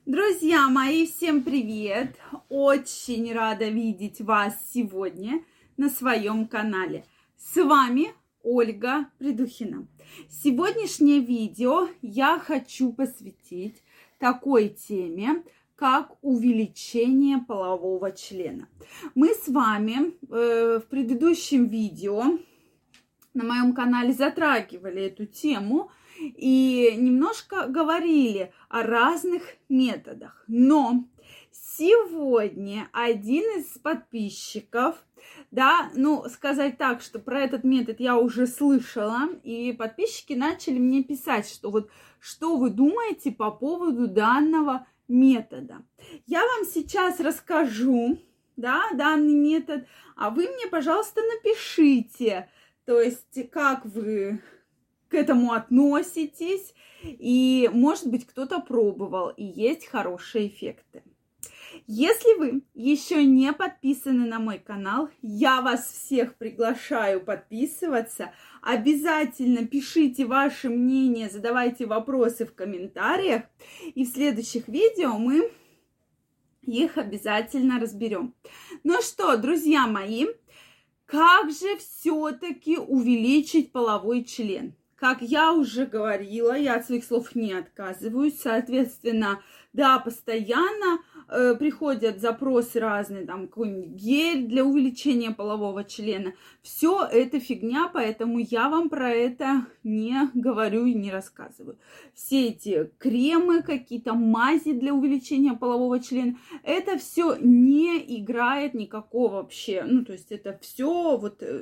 Друзья мои, всем привет! Очень рада видеть вас сегодня на своем канале. С вами Ольга Придухина. Сегодняшнее видео я хочу посвятить такой теме, как увеличение полового члена. Мы с вами в предыдущем видео на моем канале затрагивали эту тему и немножко говорили о разных методах. Но сегодня один из подписчиков, сказать так, что про этот метод я уже слышала, и подписчики начали мне писать, что вы думаете по поводу данного метода. Я вам сейчас расскажу, данный метод, а вы мне, пожалуйста, напишите, то есть как вы к этому относитесь, и, может быть, кто-то пробовал, и есть хорошие эффекты. Если вы еще не подписаны на мой канал, я вас всех приглашаю подписываться. Обязательно пишите ваше мнение, задавайте вопросы в комментариях, и в следующих видео мы их обязательно разберем. Ну что, друзья мои, как же все-таки увеличить половой член? Как я уже говорила, я от своих слов не отказываюсь. Соответственно, постоянно приходят запросы разные, какой-нибудь гель для увеличения полового члена. Все это фигня, поэтому я вам про это не говорю и не рассказываю. Все эти кремы, какие-то мази для увеличения полового члена, это все не играет никакого вообще. То есть это все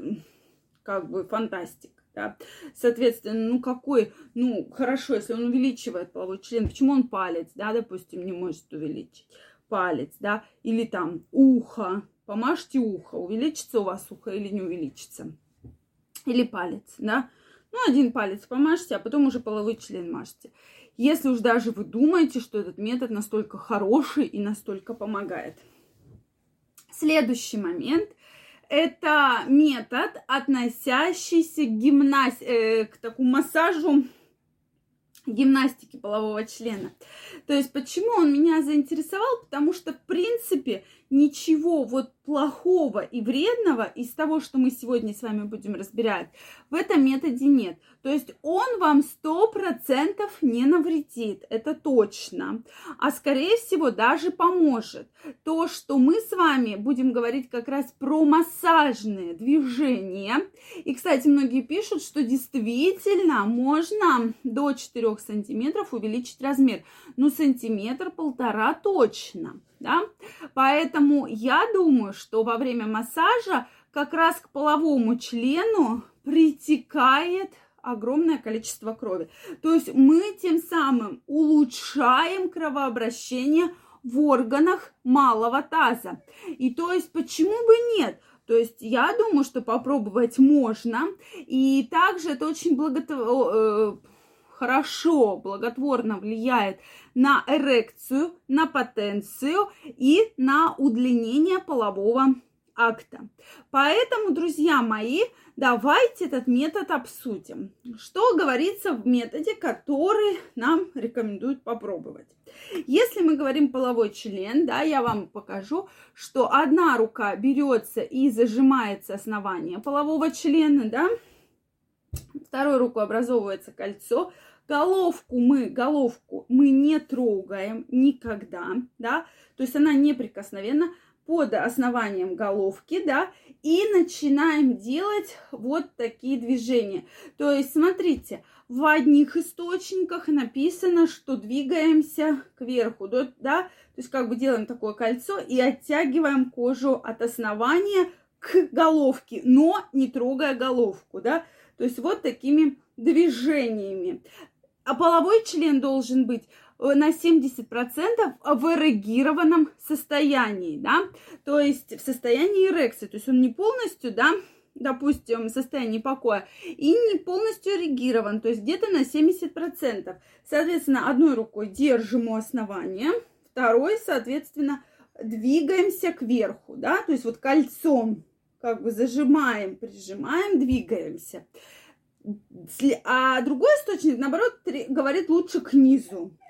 фантастика. Да. Соответственно, хорошо, если он увеличивает половой член, почему он палец, допустим, не может увеличить палец, или ухо, помажьте ухо, увеличится у вас ухо или не увеличится, или палец, один палец помажьте, а потом уже половой член мажьте. Если уж даже вы думаете, что этот метод настолько хороший и настолько помогает. Следующий момент. Это метод, относящийся к такому массажу гимнастики полового члена. То есть, почему он меня заинтересовал? Потому что, в принципе, ничего плохого и вредного из того, что мы сегодня с вами будем разбирать, в этом методе нет. То есть, он вам 100% не навредит, это точно. А скорее всего, даже поможет. То, что мы с вами будем говорить как раз про массажные движения. И, кстати, многие пишут, что действительно можно до 4 сантиметров увеличить размер. Сантиметр-полтора точно. Поэтому я думаю, что во время массажа как раз к половому члену притекает огромное количество крови. То есть мы тем самым улучшаем кровообращение в органах малого таза. И то есть почему бы нет? То есть я думаю, что попробовать можно. И также это очень благотворно влияет на эрекцию, на потенцию и на удлинение полового акта. Поэтому, друзья мои, давайте этот метод обсудим. Что говорится в методе, который нам рекомендуют попробовать? Если мы говорим половой член, я вам покажу, что одна рука берется и зажимается основание полового члена, второй рукой образовывается кольцо. Головку мы не трогаем никогда, то есть она неприкосновенна под основанием головки, и начинаем делать такие движения. То есть, смотрите, в одних источниках написано, что двигаемся кверху, то есть делаем такое кольцо и оттягиваем кожу от основания к головке, но не трогая головку, то есть такими движениями. А половой член должен быть на 70% в эрегированном состоянии, то есть в состоянии эрекции, то есть он не полностью, допустим, в состоянии покоя, и не полностью эрегирован, то есть где-то на 70%. Соответственно, одной рукой держим у основания, второй, соответственно, двигаемся кверху, то есть кольцом зажимаем, прижимаем, двигаемся. А другой источник, наоборот, говорит лучше к низу.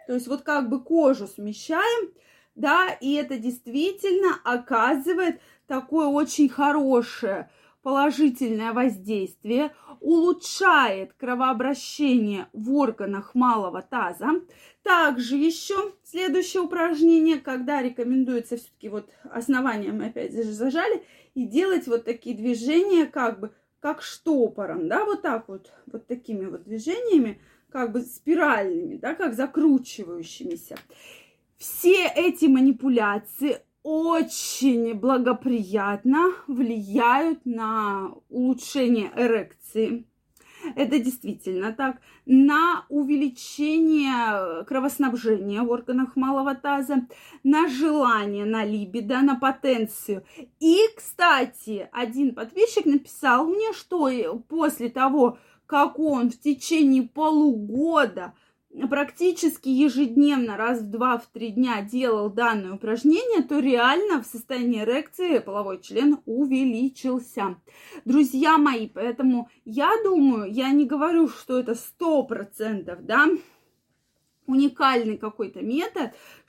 То есть вот как бы кожу смещаем, да, и это действительно оказывает такое очень хорошее положительное воздействие, улучшает кровообращение в органах малого таза. Также еще следующее упражнение, когда рекомендуется все-таки вот основанием мы опять зажали, и делать вот такие движения как бы как штопором, да, вот так вот такими вот движениями, как бы спиральными, да, как закручивающимися. Все эти манипуляции очень благоприятно влияют на улучшение эрекции. Это действительно так. На увеличение кровоснабжения в органах малого таза, на желание, на либидо, на потенцию. И, кстати, один подписчик написал мне, что после того, как он в течение полугода практически ежедневно, раз в 2-3 дня делал данное упражнение, то реально в состоянии эрекции половой член увеличился. Друзья мои, поэтому я думаю, я не говорю, что это 100%, да, уникальный какой-то метод,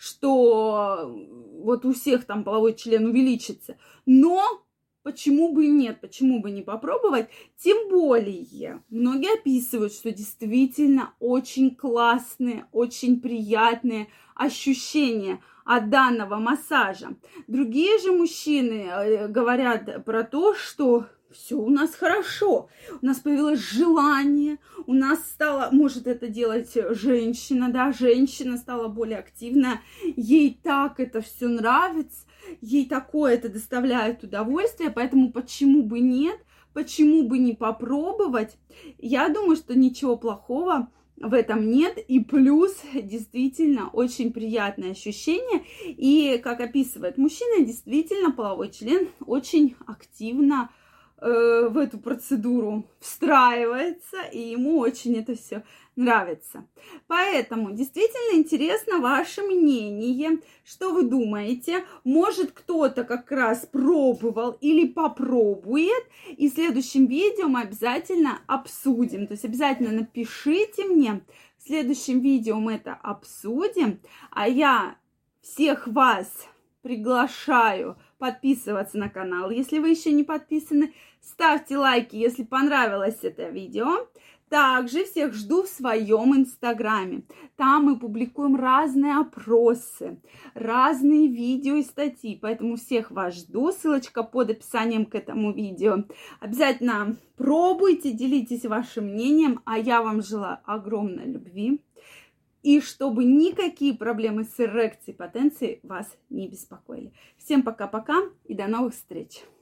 что вот у всех там половой член увеличится, но почему бы и нет, почему бы не попробовать? Тем более, многие описывают, что действительно очень классные, очень приятные ощущения от данного массажа. Другие же мужчины говорят про то, что все у нас хорошо, у нас появилось желание, у нас стало, может это делать женщина, да, женщина стала более активная, ей так это все нравится, ей такое это доставляет удовольствие, поэтому почему бы нет, почему бы не попробовать? Я думаю, что ничего плохого в этом нет, и плюс действительно очень приятное ощущение, и как описывает мужчина, действительно половой член очень активно в эту процедуру встраивается, и ему очень это все нравится. Поэтому действительно интересно ваше мнение, что вы думаете, может кто-то как раз пробовал или попробует, и в следующем видео мы обязательно обсудим, то есть обязательно напишите мне, в следующем видео мы это обсудим, а я всех вас приглашаю подписываться на канал, если вы еще не подписаны. Ставьте лайки, если понравилось это видео. Также всех жду в своем инстаграме. Там мы публикуем разные опросы, разные видео и статьи. Поэтому всех вас жду. Ссылочка под описанием к этому видео. Обязательно пробуйте, делитесь вашим мнением. А я вам желаю огромной любви. И чтобы никакие проблемы с эрекцией, потенцией вас не беспокоили. Всем пока-пока и до новых встреч!